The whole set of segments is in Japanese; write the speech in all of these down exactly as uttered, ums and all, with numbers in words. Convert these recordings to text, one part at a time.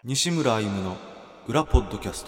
西村歩夢の裏ポッドキャスト。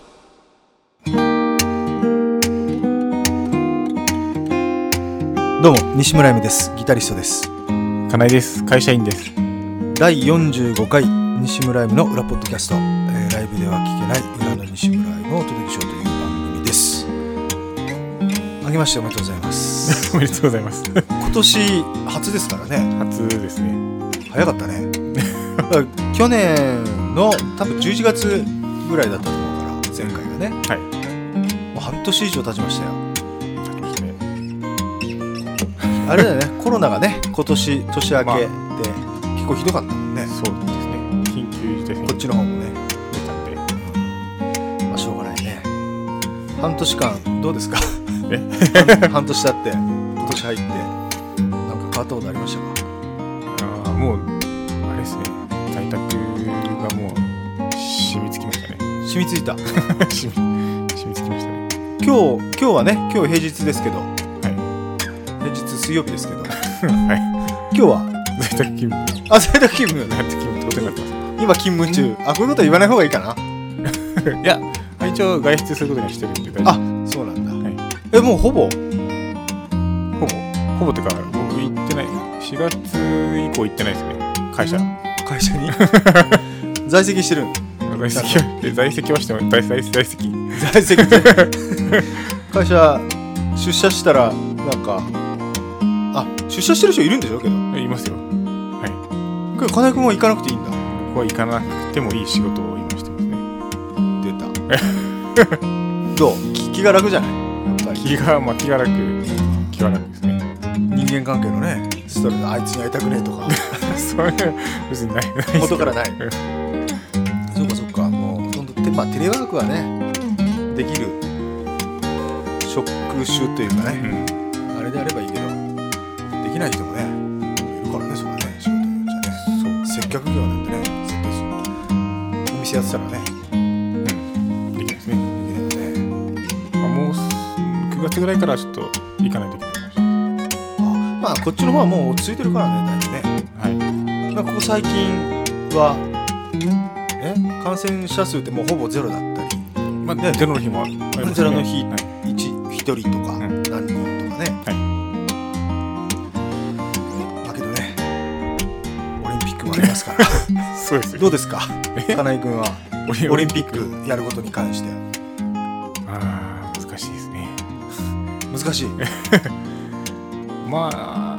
どうも西村歩夢です。ギタリストです。 金井です。会社員です。 だいよんじゅうごかい西村歩夢の裏ポッドキャスト、えー、ライブでは聞けない裏の西村歩夢をお届けしようという番組です。あけましておめでとうございますおめでとうございます今年初ですからね。 初ですね。 早かったね去年の多分じゅういちがつぐらいだったと思うから、前回がね、 はい、 もう半年以上経ちましたよ。 経ちましたねあれだよねコロナがね今年年明けで結構ひどかったもんね。 そうですね。緊急事態宣言こっちの方もね出たんで、 うん、まあしょうがないね。半年間どうですかえ半, 半年経って今年入ってなんか変わったことありましたか？ あもうあれですね、在宅がもう染みつきましたね。 染みついた染み、染みつきましたね。 今日今日はね今日平日ですけど、 はい、 平日水曜日ですけどはい今日は在宅勤務あ在宅勤務在宅勤務ってことになってます。 今勤務中、あこういうことは言わない方がいいかないや一応外出することにはしてるんで大丈夫。 あそうなんだ、 はい、 えもうほぼほぼほぼってか僕行ってない。しがつ以降行ってないですね。会社会社に在籍してるん在籍は在籍はしても在在在籍在籍会社出社したらなんかあ出社してる人いるんでしょけどいますよ。はい。 けど金井君は行かなくていいんだ。 ここは行かなくてもいい仕事を今してますね。 出たどう 気, 気が楽じゃないやっぱり気が、まあ、気が楽気が楽ですね。 人間関係のねストレスあいつに会いたくねえとかそういう別にないない元からないそっかそっか。もうほとんどて、まあ、テレワークはねできる職種というかね、うん、あれであればいいけどできない人もねいるからね。それはね仕事によっちゃね。そう接客業なんでね絶対そうお店やってたらね、 うん、できないですね。 できないよね。 まあ、もうくがつぐらいからちょっと行かないといけないかもしれない。 あまあこっちの方はもう落ち着いてるからねだいぶね。 はい。 まあ、ここ最近はえ感染者数ってもうほぼゼロだったり、 まあね、ゼロの日もありますね。 ゼロの日、 はい、 いち, ひとりとか、うん、何人とかね。 はいだけどねオリンピックもありますからそうですよ。 どうですか金井君はオリンピックやることに関して。 ああ難しいですね。 難しいまあ、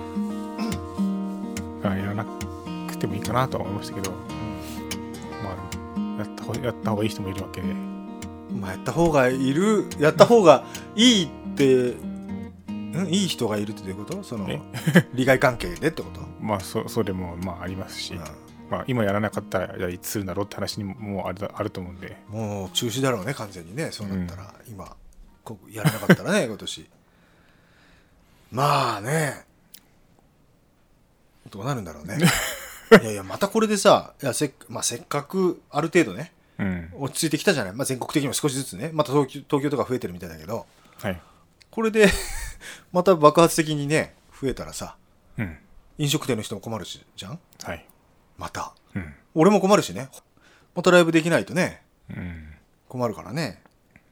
うん、やらなくてもいいかなとは思いましたけど、まあ、やった方、やった方がいい人もいるわけで、 まあ、やった方がいるやった方がいいってんいい人がいるってどういうこと？その利害関係でってこと？ まあ そ, それもまあありますし、うんまあ、今やらなかったらじゃあいつするんだろうって話にもあ る, あると思うんで、 もう中止だろうね完全にね。そうなったら、うん、今こやらなかったらね今年まあねどうなるんだろうねいやいやまたこれでさいや せ,、まあ、せっかくある程度ね、うん、落ち着いてきたじゃない、まあ、全国的にも少しずつねまた 東, 京東京とか増えてるみたいだけど、 はい、 これでまた爆発的にね増えたらさ、うん、飲食店の人も困るしじゃん、 はい、 また、 うん、 俺も困るしねまたライブできないとね、 うん、 困るからね。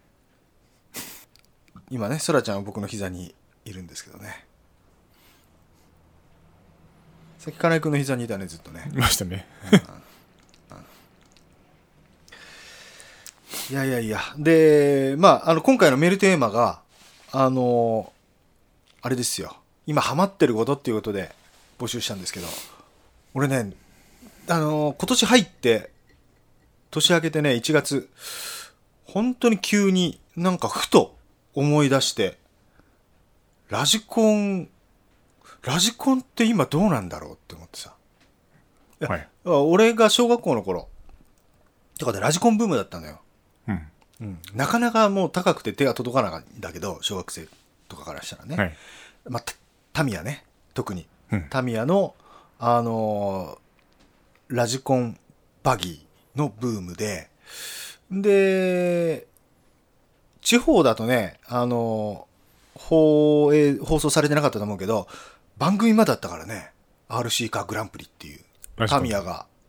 今ねそらちゃんは僕の膝にいるんですけどね。さっき金井君の膝にいたねずっとね。 いましたねいやいやいやでまああの今回のメールテーマがあのあれですよ今ハマってることっていうことで募集したんですけど、俺ねあの今年入って年明けてねいちがつ本当に急になんかふと思い出してラジコンラジコンって今どうなんだろうって思ってさ、はい、俺が小学校の頃とかでラジコンブームだったのよ、うんうん、なかなかもう高くて手が届かなかったんだけど小学生とかからしたらね、はいまあ、タミヤね特に、うん、タミヤの、あのー、ラジコンバギーのブームでで地方だとね、あのー、放映放送されてなかったと思うけど番組までだったからね アールシー カーグランプリっていうタミヤが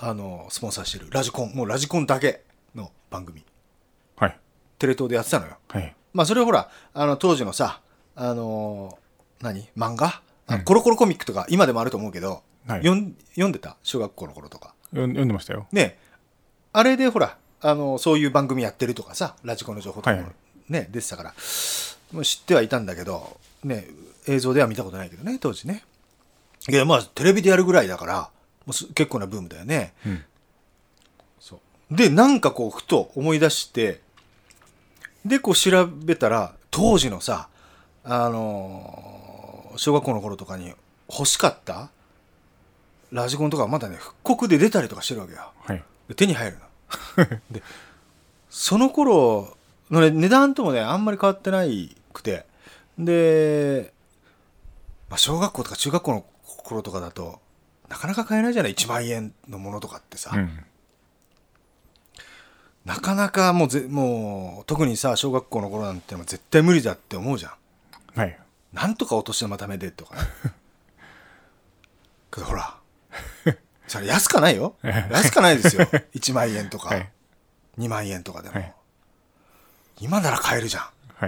あのスポンサーしてるラジコン、もうラジコンだけの番組、 はい。 テレ東でやってたのよ。 はい。 まあそれほらあの当時のさ、あのー、何漫画、あ、 うん、 コロコロコミックとか今でもあると思うけど、 はい、 読ん読んでた小学校の頃とか読んでましたよ。 ね。あれでほらあのそういう番組やってるとかさ、ラジコンの情報とかも、ね、はい、出てたからもう知ってはいたんだけどね、映像では見たことないけどね当時ね。いやまあテレビでやるぐらいだからもう結構なブームだよね、 うん、 そうでなんかこうふと思い出してでこう調べたら当時のさ、あのー、小学校の頃とかに欲しかったラジコンとかまだね復刻で出たりとかしてるわけよ、 はい、 で手に入るのでその頃の、ね、値段ともねあんまり変わってないくてで、まあ、小学校とか中学校の頃とかだとなかなか買えないじゃない、いちまん円のものとかってさ、うん、なかなかもうぜもう特にさ小学校の頃なんても絶対無理だって思うじゃん、 はい、 なんとかお年玉貯めてとかねけどほらそれ安かないよ安かないですよいちまん円とか、はい、にまん円とかでも、はい、今なら買えるじゃん、はい、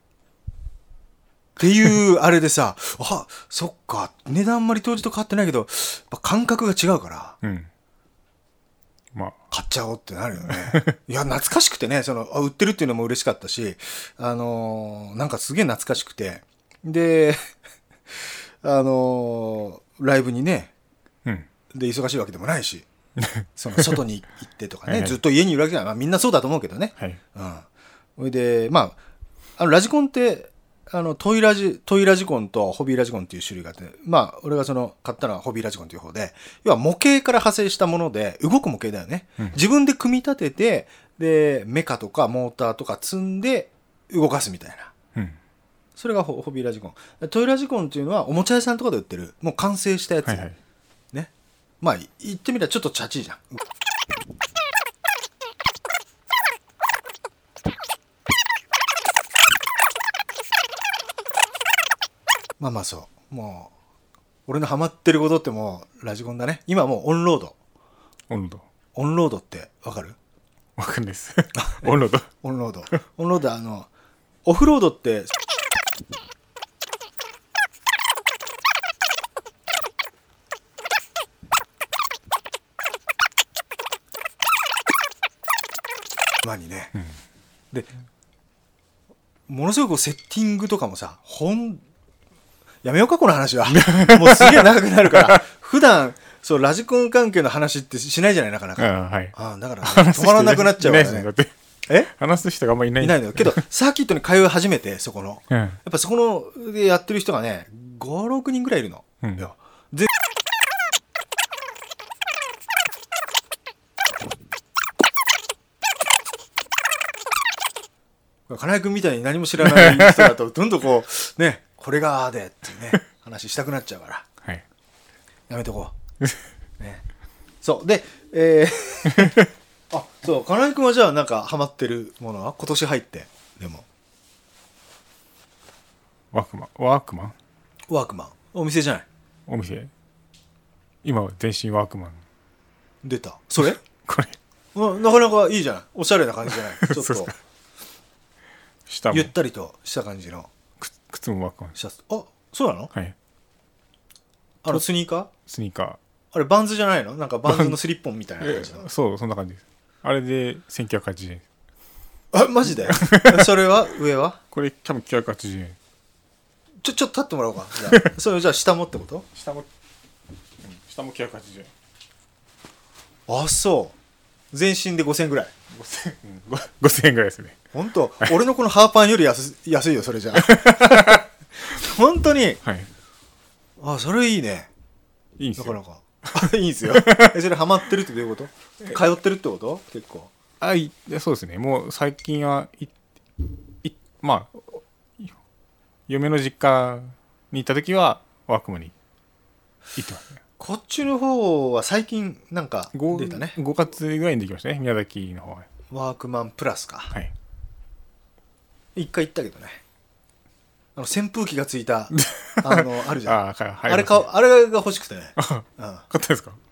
っていうあれでさあそっか値段あんまり当時と変わってないけどやっぱ感覚が違うから、うんまあ、買っちゃおうってなるよねいや懐かしくてねそのあ売ってるっていうのも嬉しかったし、あのー、なんかすげえ懐かしくてであのー、ライブにね、うん、で忙しいわけでもないしその外に行ってとかねはい、はい、ずっと家にいるわけじゃない、まあ、みんなそうだと思うけどね、はい、うん、それでまああのラジコンってあのトイラジトイラジコンとホビーラジコンっていう種類があって、まあ俺がその買ったのはホビーラジコンという方で、要は模型から派生したもので動く模型だよね、うん、自分で組み立ててでメカとかモーターとか積んで動かすみたいな、うん、それが ホ, ホビーラジコン。トイラジコンっていうのはおもちゃ屋さんとかで売ってるもう完成したやつ、はいはい、ね、まあ言ってみたらちょっとチャチいじゃん。まあまあそうもう俺のハマってることってもうラジコンだね。今はもうオンロードオンロードオンロードってわかる？ わかんないですオンロードオンロードオンロードあのオフロードってまにね、うん、でものすごくセッティングとかもさほんやめようかこの話はもうすげえ長くなるから普段そうラジコン関係の話ってしないじゃないなかなか、 あ、はい、 あだから、ね、止まらなくなっちゃうからね。え話す人があんまりいないいないのよけどサーキットに通い始めてそこの、うん、やっぱそこのでやってる人がねごろくにんぐらいいるの、うん、いや全金井君みたいに何も知らない人だとどんどんこうねこれがでっていうね話したくなっちゃうから、はい、やめとこう、ね、そうで、えー、あそう金井君はじゃあなんかハマってるものは今年入ってでもワークマンワークマンワークマンお店じゃないお店今は全身ワークマン出たそれこれなかなかいいじゃないおしゃれな感じじゃないちょっと下もゆったりとした感じの靴もワークマンシャツあそうなのはいあのスニーカースニーカーあれバンズじゃないのなんかバンズのスリッポンみたいな感じのそうそんな感じですあれでせんきゅうひゃくはちじゅうえんあマジでそれは上はこれ多分きゅうひゃくはちじゅうえんちょちょっと立ってもらおうかじゃあそれじゃあ下もってこと下も、うん、下もきゅうひゃくはちじゅうえんあそう全身でごせんえんぐらいごせん、うん、ごせんえんぐらいですね本当俺のこのハーパンより 安, 安いよそれじゃ本当に、はい、あそれいいねいいんすよなかなかいいんすよえそれハマってるってどういうこと通ってるってこと結構あいそうですねもう最近はいいまあ嫁の実家に行った時はワークマンに行ってますねこっちの方は最近なんか出たねごがつぐらいにできましたね宮崎の方はワークマンプラスかはい一回行ったけどねあの扇風機がついたあのあるじゃん あ, あ, ね、あれかあれが欲しくてね、 うん、買ったんですか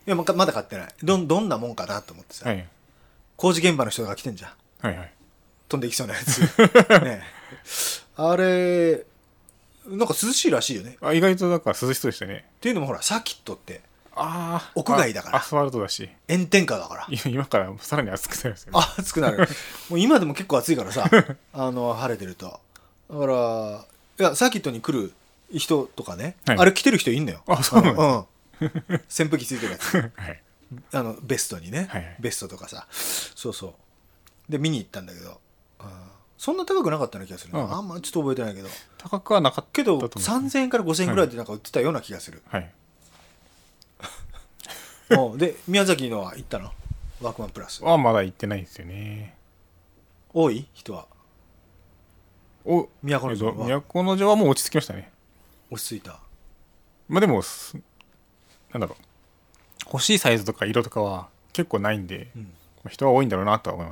やままだ買ってない。どどんなもんかなと思ってさ、 はい工事現場の人が来てんじゃん、 はいはい。 飛んでいきそうなやつね。あれなんか涼しいらしいよね。 あ、意外とだから涼しそうでしたね。 っていうのもほらサーキットってああ。 屋外だからアスファルトだし。 炎天下だから、 い今からさらに暑くなるんですよね。 あ暑くなる。もう今でも結構暑いからさあの晴れてると。だからいやサーキットに来る人とかね、 はいあれ着てる人いんのよ。 あ、そうなんですうん扇風機ついてるやつはいあのベストにね、 はいはいベストとかさ、そうそうで見に行ったんだけど、うんそんな高くなかったような気がするな、 うんあんまちょっと覚えてないけど、 高くはなかったけどと思います。 さんぜんえんからごせんえんぐらいでなんか売ってたような気がする、 はい。 うんで宮崎のは行ったのワークマンプラスはまだ行ってないんですよね。 多い人は。 お、 都城は都の城はもう落ち着きましたね。 落ち着いた。 まあでもすなんだろう、欲しいサイズとか色とかは結構ないんで、 うんまあ人は多いんだろうなとは思います。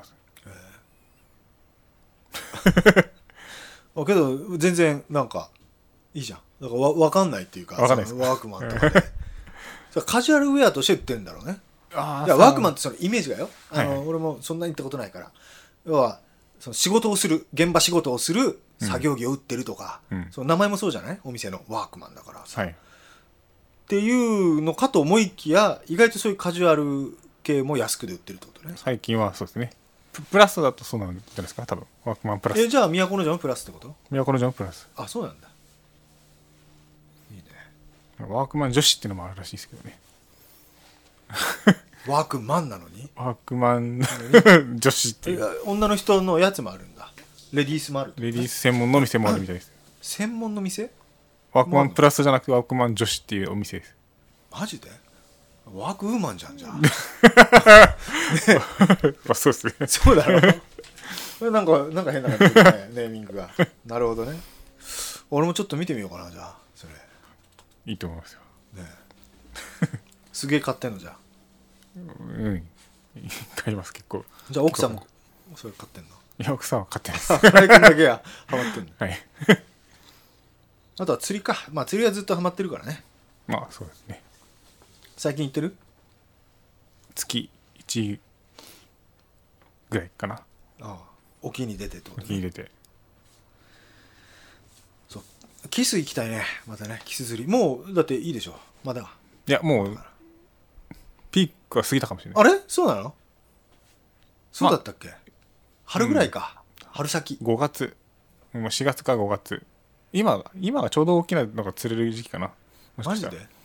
あけど全然なんかいいじゃん。だからわ分かんないっていうか、 わかんないですかそのワークマンとかでそれカジュアルウェアとして売ってるんだろうね。いやあーワークマンってそのイメージがよ、あの、 はいはい俺もそんなに行ったことないから、要はその仕事をする現場仕事をする作業着を売ってるとか、 うんその名前もそうじゃない、お店のワークマンだからさ、 はい。 っていうのかと思いきや意外とそういうカジュアル系も安くで売ってるってことね。 最近はそうですね。ププラスだとそうなんじゃないですか、多分。ワークマンプラス。 えじゃあ都城もプラスってこと？ 都の城プラス。 あそうなんだ、いいね。 ワークマン女子っていうのもあるらしいですけどね。 ワークマンなのにワークマン女子っていういや女の人のやつもあるんだ。レディースもあるってことね、 レディース専門の店もあるみたいです。 専門の店？ ワークマンプラスじゃなくてワークマン女子っていうお店です。 マジでワークウーマンじゃんじゃあまあそうですね。 そうだろこれなんかなんか変な感じだねネーミングが。なるほどね。俺もちょっと見てみようかなじゃあそれね。 いいと思いますよ。 すげえ買ってんのじゃあ。 うん。買います結構。 じゃあ奥さんもそれ買ってんの？ いや奥さんは買ってないです。 金井君だけはハマってんの。 はい。 あとは釣りか。まあ釣りはずっとハマってるからね。 まあそうですね。 最近行ってる？ 月いちぐらいかな。 ああ沖に出てってことね。 沖に入れて。 そうキス行きたいねまたね。キス釣りもうだっていいでしょまだ。 いやもうピークは過ぎたかもしれない。 あれそうなの？そうだったっけ、春ぐらいか、うん、春先ごがつもうしがつかごがつ今今がちょうど大きなのが釣れる時期かな。もしかしたらマジで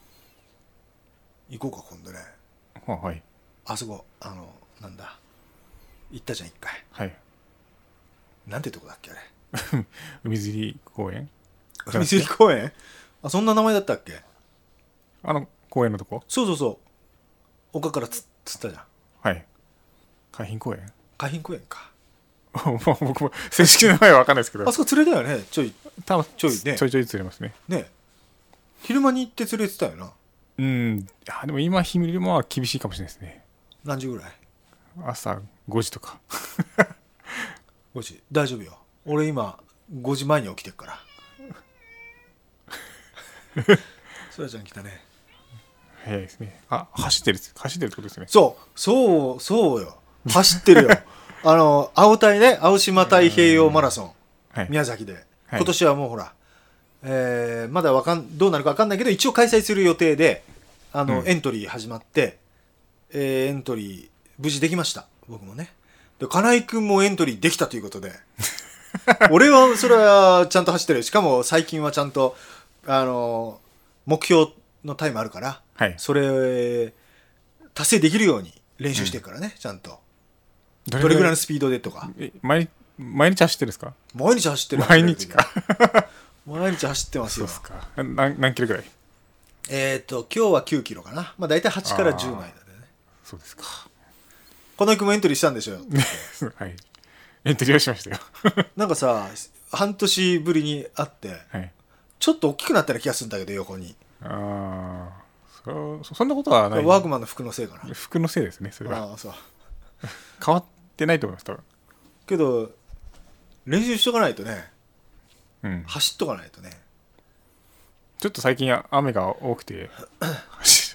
行こうか今度ね。 あはいあそこあのなんだ行ったじゃん一回。 はいなんてとこだっけあれ海釣り公園海釣り公園。あそんな名前だったっけ。 あの公園のとこ。 そうそうそう丘からつ釣ったじゃん。 はい海浜公園海浜公園か。 もう僕も正式な名前は分かんないですけどあそこ釣れたよねちょい多分ちょいねちょいちょい釣れますね。 ね。昼間に行って釣れてたよな。 うんあでも今昼間は厳しいかもしれないですね。 何時ぐらい？ 朝ごじとかごじ大丈夫よ俺今ごじまえに起きてるからそらちゃん来たね。 早いですね。あ走ってる走ってるってことですね。 そうそうそうよ走ってるよあの青隊ね青島太平洋マラソン、 はい、 宮崎で、 はい、 今年はもうほら、えー、まだわかんどうなるか分かんないけど一応開催する予定であの、うん、エントリー始まって、えー、エントリー無事できました僕もね。で金井君もエントリーできたということで俺はそれはちゃんと走ってる。しかも最近はちゃんとあの目標のタイムあるから、 はい、 それ達成できるように練習してるからね、うん、ちゃんとどれぐらいのスピードでとか。 え 毎, 毎日走ってるんですか？ 毎日走ってる。 毎日か毎日走ってますよ。 そうですか。何, 何キロぐらい？ えっ、ー、と今日はきゅうキロかな。まあ大体はちからじゅうの間でね。 そうですか。 この曲もエントリーしたんでしょはい。エントリーはしましたよなんかさ半年ぶりに会って、 はい、 ちょっと大きくなったような気がするんだけど横に。 ああ そ, そんなことはない。 ワークマンの服のせいかな。 服のせいですねそれは。 あそう変わってないと思います多分。 けど練習しとかないとね、 うん、 走っとかないとね。 ちょっと最近雨が多くて走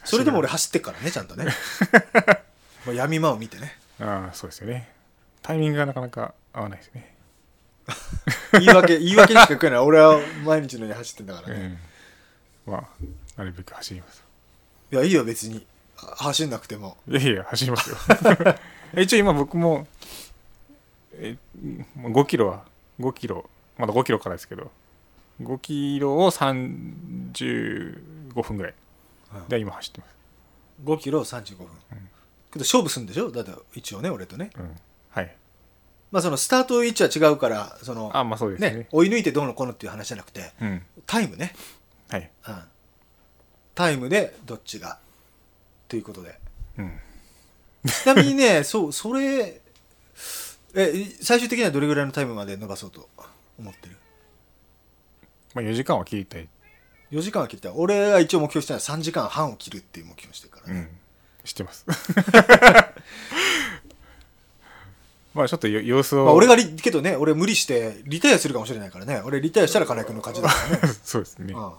それでも俺走ってっからねちゃんとねもう闇間を見てねああそうですよね。タイミングがなかなか合わないですね。 言い訳言い訳にしか食えない。俺は毎日のように走ってんだからね、 うん、まあなるべく走ります。 いやいいよ別に走んなくても。 いやいや走りますよ一応今僕もえごキロはごキロまだごキロからですけどごキロをさんじゅうごふんぐらいで今走ってます。 ごキロさんじゅうごふん、うん、けど勝負するんでしょだって一応ね俺とね、 うん、はいまあそのスタート位置は違うからそのあまあそうですね、 ね追い抜いてどうのこうのっていう話じゃなくて、 うん、 タイムねはい、 うん、タイムでどっちがということで、 うん、 ちなみにねそうそれえ最終的にはどれぐらいのタイムまで伸ばそうと思ってる？ まあよじかんは切りたい。 よじかんは切った。俺が一応目標してるのはさんじかんはんを切るっていう目標してるからね、 うん、知ってますまあちょっと様子を、 まあ、俺がリけどね俺無理してリタイアするかもしれないからね。俺リタイアしたら金井君の勝ちだからねそうですね、 ああ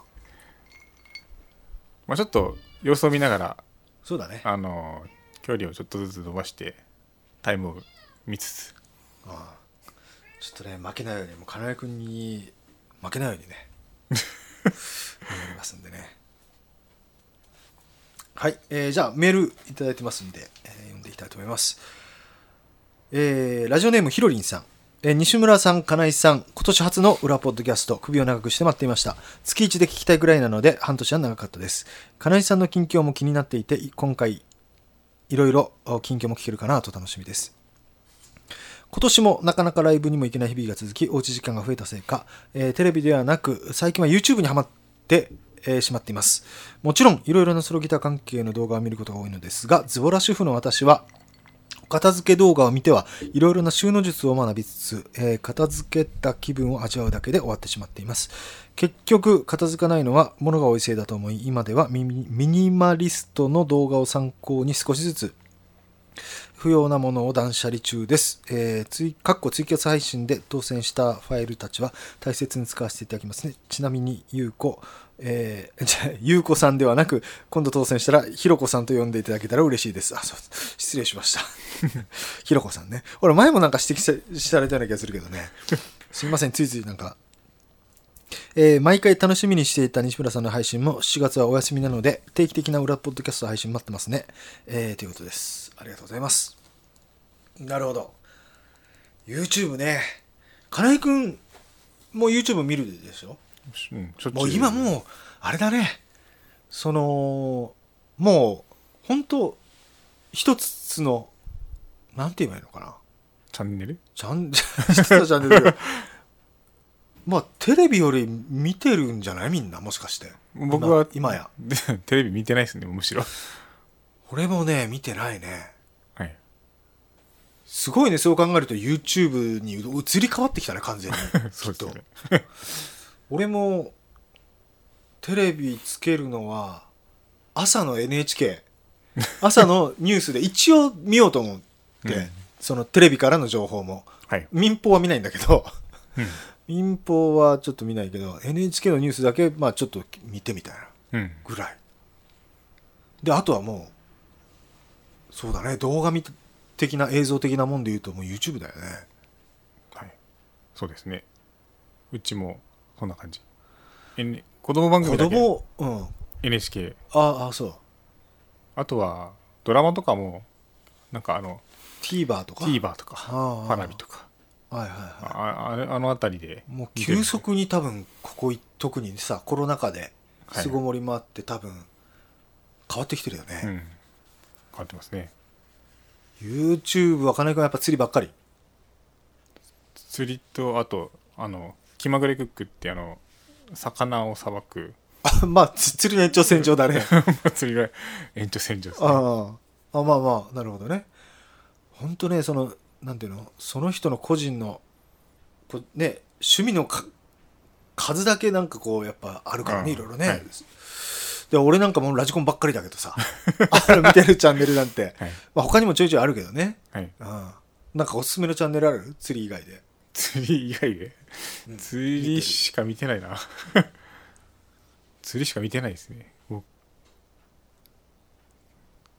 まあちょっと様子を見ながらそうだねあの距離をちょっとずつ伸ばしてタイムを見つつああちょっとね負けないようにもう金井君に負けないようにね頑張りますんでね。はい、えー、じゃあメールいただいてますんで、えー、読んでいきたいと思います。えー、ラジオネームひろりんさん、えー、西村さん金井さん今年初の裏ポッドキャスト首を長くして待っていました。月いちで聞きたいぐらいなので半年は長かったです。金井さんの近況も気になっていて今回いろいろ近況も聞けるかなと楽しみです。今年もなかなかライブにも行けない日々が続きおうち時間が増えたせいか、えー、テレビではなく最近は YouTube にハマって、えー、しまっています。もちろんいろいろなソロギター関係の動画を見ることが多いのですがズボラ主婦の私は片付け動画を見てはいろいろな収納術を学びつつ、えー、片付けた気分を味わうだけで終わってしまっています。結局片付かないのは物が多いせいだと思い今ではミニマリストの動画を参考に少しずつ不要なものを断捨離中です。えー、追かっこツイキャス配信で当選したファイルたちは大切に使わせていただきますね。ちなみにゆうこ、えー、じゃゆうこさんではなく今度当選したらひろこさんと呼んでいただけたら嬉しいです。あ、そう失礼しましたひろこさんね。俺前もなんか指摘されたような気がするけどねすいませんついついなんかえー、毎回楽しみにしていた西村さんの配信もしちがつはお休みなので定期的な裏ポッドキャスト配信待ってますね、えー、ということです。ありがとうございます。なるほど YouTube ね。金井くんも YouTube 見るでしょ、 うん、しょっちゅうもう今もうあれだねそのもう本当一つのなんて言えばいいのかなチャンネルチャン一つのチャンネルまあテレビより見てるんじゃないみんなもしかして。 僕は今やテレビ見てないですねむしろ。 俺もね見てないね。 はいすごいねそう考えると YouTube に移り変わってきたね完全にそうですね俺もテレビつけるのは朝の エヌエイチケー 朝のニュースで一応見ようと思って、うん、そのテレビからの情報も、はい、民放は見ないんだけど、うん、民放はちょっと見ないけど エヌエイチケー のニュースだけまあちょっと見てみたいなぐらい、うん、であとはもうそうだね動画的な映像的なもんで言うともう YouTube だよね。 はいそうですねうちもそんな感じ、N、子供番組だけ子供、うん、 エヌエイチケーああそうあとはドラマとかもなんかあの TVer とか TVer とかパラビとかはいはいはいああれあの辺りでもう急速に多分ここ特にさコロナ禍で巣ごもりもあって多分変わってきてるよね、 うん、変わってますね。 YouTube は金井君はやっぱ釣りばっかり釣りとあとあの気まぐれクックってあの魚をさばくあまあ釣りの延長線上だね釣りが延長線上ですね。 ああまあまあなるほどね。本当ねそのなんていうのその人の個人のこね趣味のか数だけなんかこうやっぱあるからねいろいろね、はい、で俺なんかもうラジコンばっかりだけどさあの見てるチャンネルなんて、はいまあ、他にもちょいちょいあるけどね、はい、うんなんかおすすめのチャンネルある釣り以外で。 釣り以外で、うん、釣りしか見てないな釣りしか見てないですね。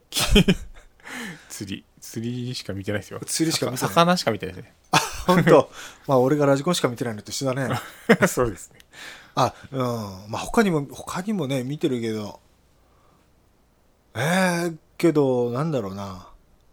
釣り釣りしか見てないですよ。 釣りしか見てない。 魚しか見てないですね。 本当。まあ俺がラジコンしか見てないのと一緒だね。 そうですね。 あ、うん。まあ他にも他にもね見てるけど、えー、けどなんだろうな。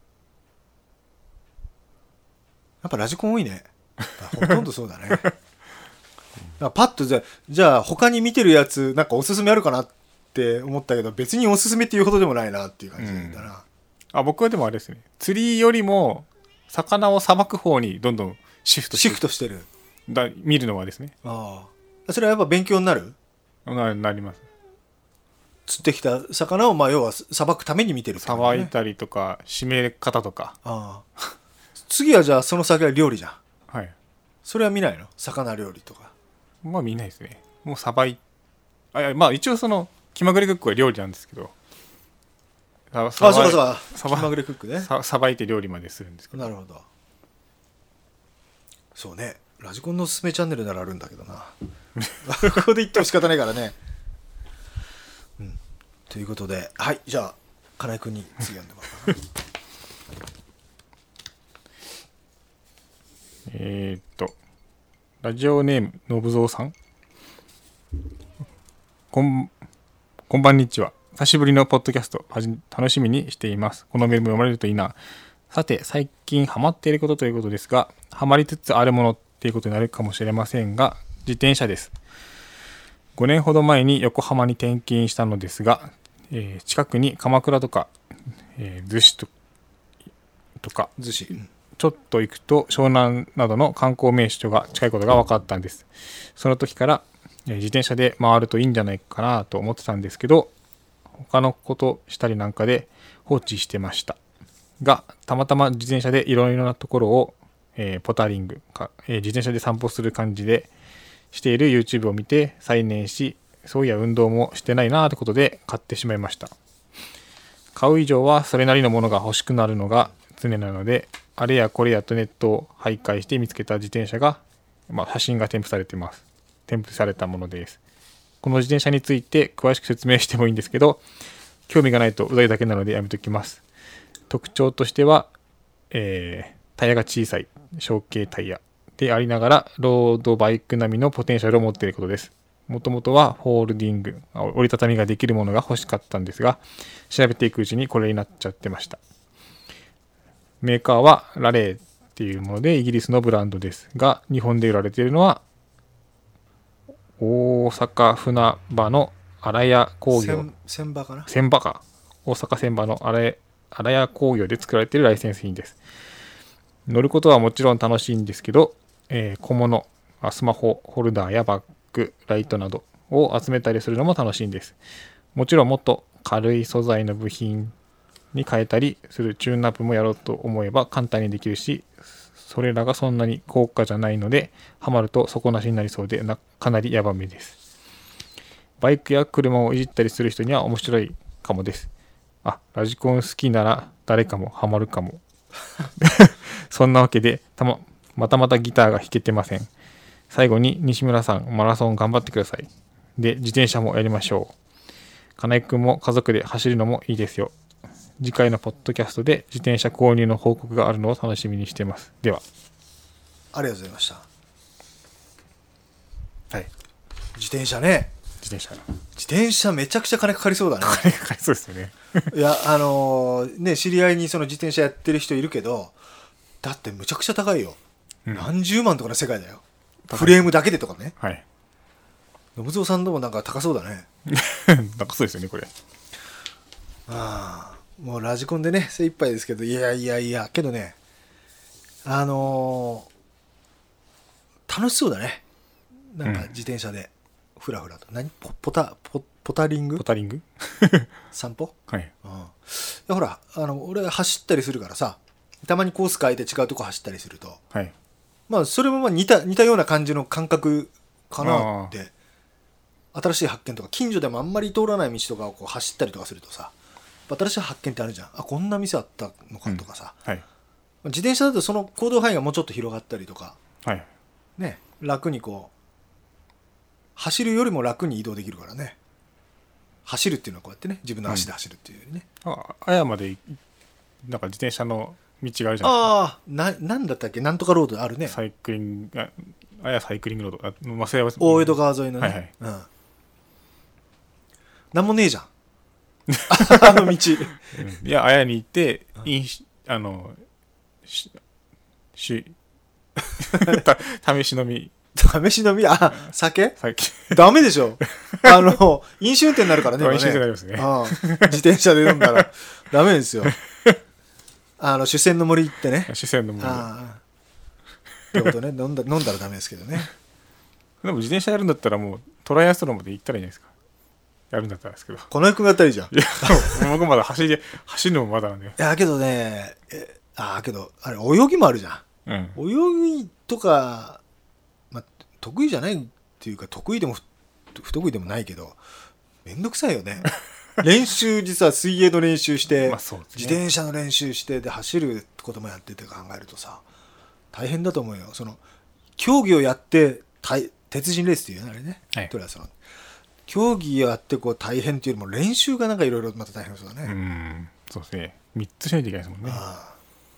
やっぱラジコン多いね。ほとんどそうだね。パッとじゃじゃあ他に見てるやつなんかおすすめあるかなって思ったけど、別におすすめっていうほどでもないなっていう感じだな。 うん、あ、僕はでもあれですね。釣りよりも魚をさばく方にどんどんシフトしてシフトしてる。 だ見るのはですね。 ああ。それはやっぱ勉強になる？ な, なります。 釣ってきた魚をまあ要はさばくために見てるってさことね。 ばいたりとか締め方とか。 ああ。次はじゃあその先は料理じゃん。 はい。 それは見ないの？魚料理とか。 まあ見ないですね。もうさばいあいやまあ一応その気まぐれクックは料理なんですけど。あ、 そうかそうか。 さば気まぐれクックね。 ささばいて料理までするんですけど。 なるほど。そうね。ラジコンのおすすめチャンネルならあるんだけどな。ここで言っても仕方ないからね。うん。ということで、はい、じゃあ金井君に次読んでもらおうかな。 えーっとラジオネームのぶぞうさん、こんこんばんにちは。久しぶりのポッドキャストはじ楽しみにしています。このメールも読まれるといいな。さて最近ハマっていることということですが、ハマりつつあるものっていうことになるかもしれませんが、自転車です。ごねんほど前に横浜に転勤したのですが、えー、近くに鎌倉とか、えー、逗子ととか逗子、うん、 ちょっと行くと湘南などの観光名所が近いことが分かったんです。その時から自転車で回るといいんじゃないかなと思ってたんですけど、他のことしたりなんかで放置してましたが、たまたま自転車でいろいろなところを、えー、ポタリングか、えー、自転車で散歩する感じでしている YouTube を見て再燃し、そういや運動もしてないなーってことで買ってしまいました。買う以上はそれなりのものが欲しくなるのが常なので、あれやこれやとネットを徘徊して見つけた自転車が、まあ、写真が添付されています。添付されたものです。この自転車について詳しく説明してもいいんですけど、興味がないとうざいだけなのでやめときます。特徴としては、えー、タイヤが小さい小径タイヤでありながらロードバイク並みのポテンシャルを持っていることです。もともとはホールディング、折りたたみができるものが欲しかったんですが、調べていくうちにこれになっちゃってました。メーカーはラレーっていうものでイギリスのブランドですが、日本で売られているのは大阪船場の荒谷工業、 千葉かな、 千葉か、大阪千葉の荒谷工業で作られているライセンス品です。乗ることはもちろん楽しいんですけど、えー、小物、スマホホルダーやバッグ、ライトなどを集めたりするのも楽しいんです。もちろんもっと軽い素材の部品に変えたりするチューンアップもやろうと思えば簡単にできるし、それらがそんなに高価じゃないので、ハマると底なしになりそうでなかなりヤバめです。バイクや車をいじったりする人には面白いかもです。あ、ラジコン好きなら誰かもハマるかも。そんなわけでたま、またまたギターが弾けてません。最後に西村さん、マラソン頑張ってください。で、自転車もやりましょう。金井くんも家族で走るのもいいですよ。次回のポッドキャストで自転車購入の報告があるのを楽しみにしています。では。 ありがとうございました。はい。自転車ね。 自転車。 自転車めちゃくちゃ金かかりそうだね。 金かかりそうですよね。 いや、あのー、ね、知り合いにその自転車やってる人いるけど、だってむちゃくちゃ高いよ。うん、何十万とかの世界だよ。フレームだけでとかね。 はい。 信蔵さんでもなんか高そうだね。 高そうですよね、これ。 ああ。もうラジコンでね精一杯ですけど、いやいやいやけどね、あのー、楽しそうだね。なんか自転車でフラフラと、うん、何ポポタポポタリングポタリング散歩、 はい、 うん、いやほらあの俺走ったりするからさ、たまにコース変えて違うとこ走ったりすると、 はい、 まあそれもまあ似た似たような感じの感覚かなって。新しい発見とか、近所でもあんまり通らない道とかをこう走ったりとかするとさ、新しい発見ってあるじゃん。あ、こんな店あったのかとかさ、 うん、はい、 自転車だとその行動範囲がもうちょっと広がったりとか、 はいね、楽にこう走るよりも楽に移動できるからね。 走るっていうのはこうやってね、自分の足で走るっていうよりね、 ああやまでなんか自転車の道があるじゃないですか。 ああななんだったっけ、なんとかロードあるね、 サイクリングああやサイクリングロードあ忘れます大江戸川沿いのね、 はいはいうん、なんもねえじゃんあの道うんいやあやに行って飲酒あのしした試し飲み試し飲み、あ、酒最近ダメでしょ。あの、飲酒運転になるからね。今ね飲酒運転になりますねああ自転車で飲んだらダメですよ。あの、主戦の森行ってね。 視線のものああ。ってことね、飲んだ、飲んだらダメですけどね。 でも自転車やるんだったらもうトライアスロンまで行ったらいいじゃないですか。やるんだったらですけど。 この役がやったらいいじゃん。いいや僕まだ走り走るのもまだなんで。 や、けどね、えああ、けど、あれ、泳ぎもあるじゃん。 うん。 泳ぎとか、まあ、得意じゃないっていうか、得意でも不不得意でもないけど、めんどくさいよね。練習、実は水泳の練習して、 まあそうですね自転車の練習してで走ることもやってて考えるとさ、大変だと思うよ。その競技をやって大鉄人レースっていうね、あれね、 はいトライアスロン競技をやってこう大変っていうよりも練習がなんかいろいろまた大変そうだね。 うんそうですね。みっつしないといけないですもんね。 あ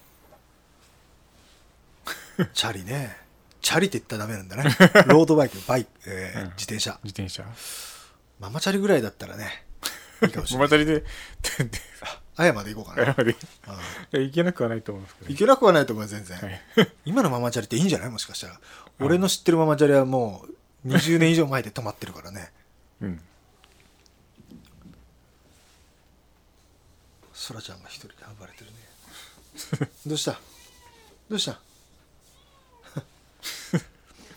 あチャリね、チャリって言ったらダメなんだね。ロードバイク、バイク、えーうん自転車、 自転車。 ママチャリぐらいだったらね、いいかもしれない。 ママチャリであやまで行こうかな。 あやまでああいや行けなくはないと思うんですけど、 行けなくはないと思うよ全然、 はい、 今のママチャリっていいんじゃない、もしかしたら。俺の知ってるママチャリはもうにじゅうねん以上前で止まってるからね。 うんそらちゃんが一人で暴れてるね。どうしたどうした、うん、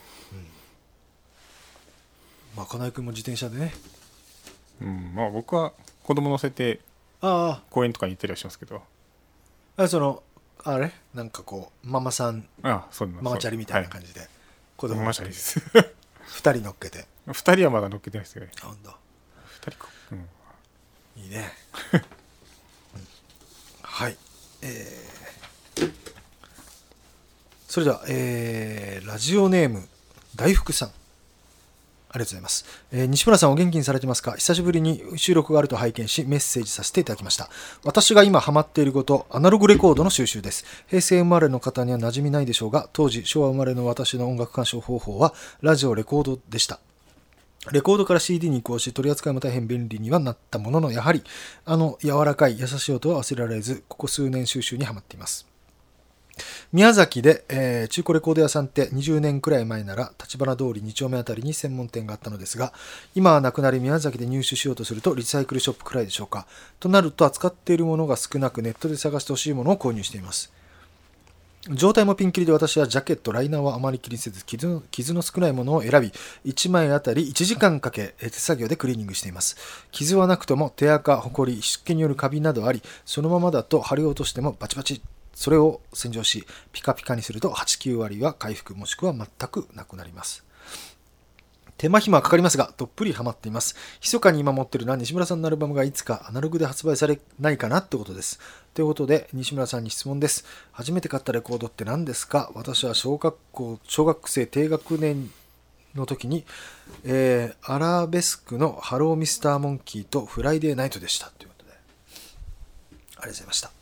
まあ金井君も自転車でね。 うんまあ僕は子供乗せてあ公園とかに行ったりはしますけど、 あそのあれなんかこうママさんああそうママチャリみたいな感じ、 じで、子供はい、ママチャリです二人乗っけて。 ふたりはまだ乗っけてないですけどね。 あほんとふたりか、うん、 いいね、うんはい、えー、それでは、えー、ラジオネーム大福さん、ありがとうございます、えー、西村さんお元気にされてますか。久しぶりに収録があると拝見しメッセージさせていただきました。私が今ハマっていること、アナログレコードの収集です。平成生まれの方には馴染みないでしょうが、当時昭和生まれの私の音楽鑑賞方法はラジオレコードでした。レコードから シーディー に移行し、取り扱いも大変便利にはなったものの、やはりあの柔らかい優しい音は忘れられず、ここ数年収集にはまっています。宮崎で、えー、中古レコード屋さんってにじゅうねんくらい前なら立花通りに丁目あたりに専門店があったのですが、今はなくなり宮崎で入手しようとするとリサイクルショップくらいでしょうか。となると扱っているものが少なく、ネットで探してほしいものを購入しています。状態もピンキリで、私はジャケット、ライナーはあまり気にせず、傷の、傷の少ないものを選び、いちまいあたりいちじかんかけ手作業でクリーニングしています。傷はなくとも手垢、ほこり、湿気によるカビなどあり、そのままだと貼り落としてもバチバチ。それを洗浄しピカピカにするとはち、きゅうわりは回復、もしくは全くなくなります。手間暇はかかりますがどっぷりハマっています。密かに今持っているのは西村さんのアルバムがいつかアナログで発売されないかなってことです。ということで西村さんに質問です。初めて買ったレコードって何ですか。私は小学校小学生低学年の時に、えー、アラベスクのハローミスターモンキーとフライデーナイトでしたということで、ありがとうございました。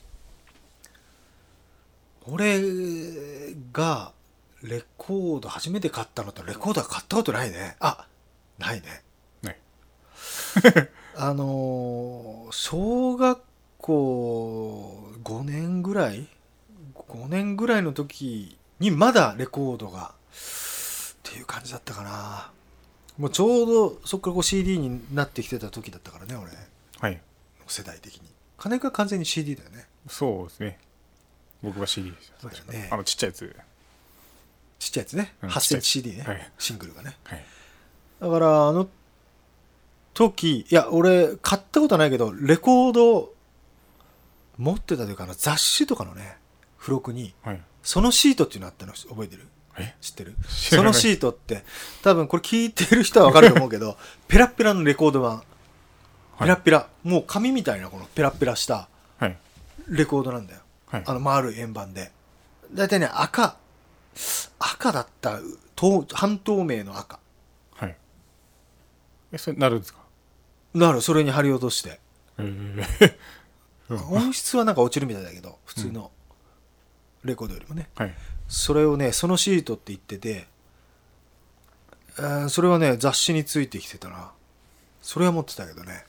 俺がレコード初めて買ったのってレコードは買ったことないね。あ、ないね。 ないあのー、小学校ごねんぐらいごねんぐらいの時にまだレコードがっていう感じだったかな。もうちょうどそっからこう シーディー になってきてた時だったからね、俺。 はい。 世代的に。金井君は完全に シーディー だよね。 そうですね。僕は シーディー でした。 そうだよね。 あのちっちゃいやつ。 ちっちゃいやつね。 うんはちセンチ シーディー ね、 はい。 シングルがね。 はい。 だからあの時、いや俺買ったことないけどレコード持ってたというか、雑誌とかのね付録に、 はい、 そのシートっていうのあったの覚えてる？ え知ってる？ 知らない。 そのシートって多分これ聞いてる人は分かると思うけどペラッペラのレコード版、ペラッペラ、はい、もう紙みたいなこのペラッペラしたレコードなんだよ、はい、あの丸い円盤でだいたいね赤赤だった半透明の赤。 はい。えそれなるんですか？ なる、それに貼り落として、 へー音質はなんか落ちるみたいだけど普通のレコードよりもね、 はい。 それをねそのシートって言ってて、えーそれはね雑誌についてきてたな。それは持ってたけどね。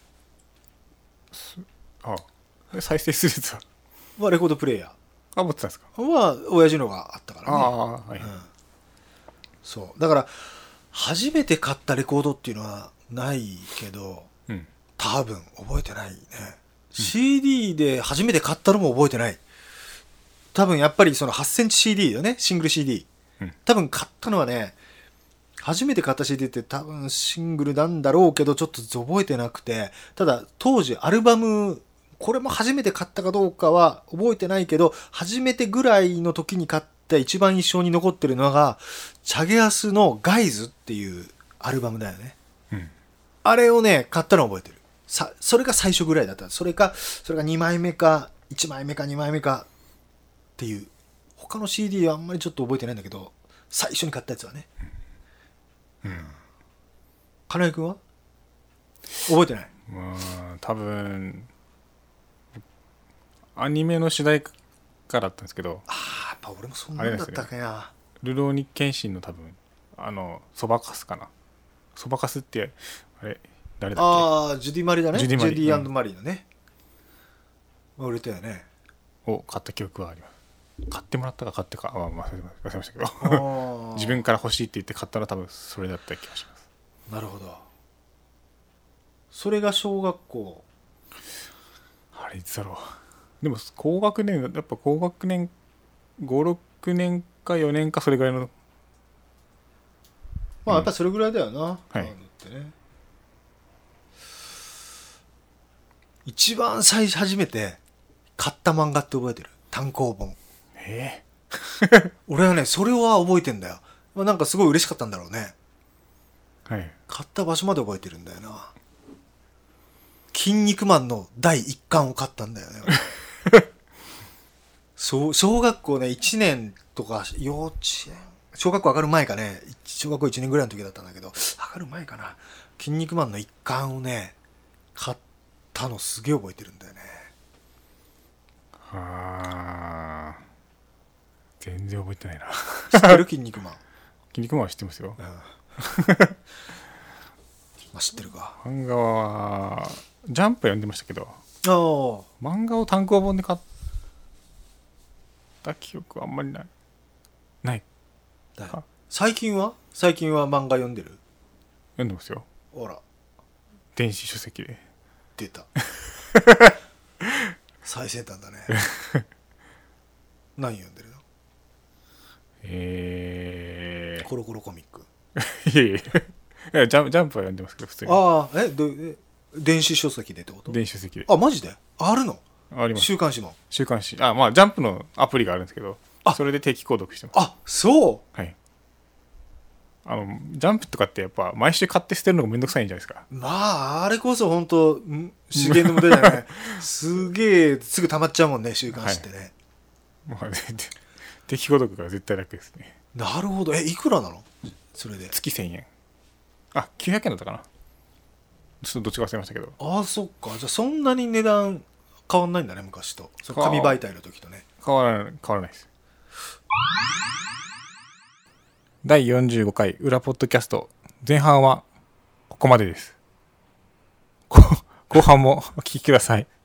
ああ再生するやつははレコードプレイヤあ持ってたんですか。 ーは親父のがあったからね。 ああはい、 うん、そうだから初めて買ったレコードっていうのはないけど、 うん、 多分覚えてないね、うん、シーディー で初めて買ったのも覚えてない。多分やっぱりそのはちセンチ シーディー よね、シングル シーディー、うん、多分買ったのはね、初めて買った シーディー って多分シングルなんだろうけどちょっと覚えてなくて、ただ当時アルバム、これも初めて買ったかどうかは覚えてないけど、初めてぐらいの時に買った一番印象に残ってるのがチャゲアスのガイズっていうアルバムだよね、うん、あれをね買ったの覚えてる。さそれが最初ぐらいだった。それかそれがにまいめかいちまいめかにまいめかっていう、他の シーディー はあんまりちょっと覚えてないんだけど、最初に買ったやつはね、うん、金井君は覚えてない？ まあ多分アニメの主題歌だったんですけど、 ああやっぱ俺もそんなんだったっけな、ね、 ルローニケンシンの多分あのそばかすかな、そばかすってあれ誰だっけ。 ああジュディマリだね。 ジュディマリ、 ジュディ&マリのね、うん、売れたよね。 を買った記憶はあります。買ってもらったか買ってか、あ、まあ、忘れましたけど自分から欲しいって言って買ったら多分それだった気がします。 なるほど。それが小学校、 あれいつだろう。でも高学年、やっぱ高学年ごろくねんかよねんかそれぐらいの、 まあやっぱそれぐらいだよな、うん、 はいってね、一番最初初めて買った漫画って覚えてる？単行本。 えー、俺はねそれは覚えてんだよ、まあ、なんかすごい嬉しかったんだろうね。 はい。 買った場所まで覚えてるんだよな。筋肉マンのだいいっかんを買ったんだよねそう、小学校ねいちねんとか幼稚園、小学校上がる前かね、小学校いちねんぐらいの時だったんだけど、上がる前かな、筋肉マンのいっかんをね買ったのすげえ覚えてるんだよね。 はあ全然覚えてないな知ってる？筋肉マン。 筋肉マンは知ってますよ、うん、まあ知ってるか。 漫画はジャンプ読んでましたけど、 あ漫画を単行本で買った記憶はあんまりないないか。最近は最近は漫画読んでる？ 読んでますよ。 ほら電子書籍で出た最先端だね何読んでるの？ えー、 コロコロコミックいやいやいやジャン、ジャンプは読んでますけど普通に。 ああえどえ電子書籍でってこと？ 電子書籍で。 あマジであるの？ あります。 週刊誌も。 週刊誌、あまあジャンプのアプリがあるんですけど、あそれで定期購読してます。 あそう。 はい。あのジャンプとかってやっぱ毎週買って捨てるのがめんどくさいんじゃないですか。 まああれこそ本当資源の無駄じゃないすげえすぐ溜まっちゃうもんね週刊誌ってね、 はい、まあ定期購読が絶対楽ですね。 なるほど。えいくらなのそれで？ 月せんえん。あきゅうひゃくえんだったかな、ちょっとどっちか忘れましたけど。 ああそっか。じゃあそんなに値段変わんないんだね昔と。紙媒体の時とね。 変わらない、変わらないです。だいよんじゅうごかい裏ポッドキャスト前半はここまでです。後半もお聞きください。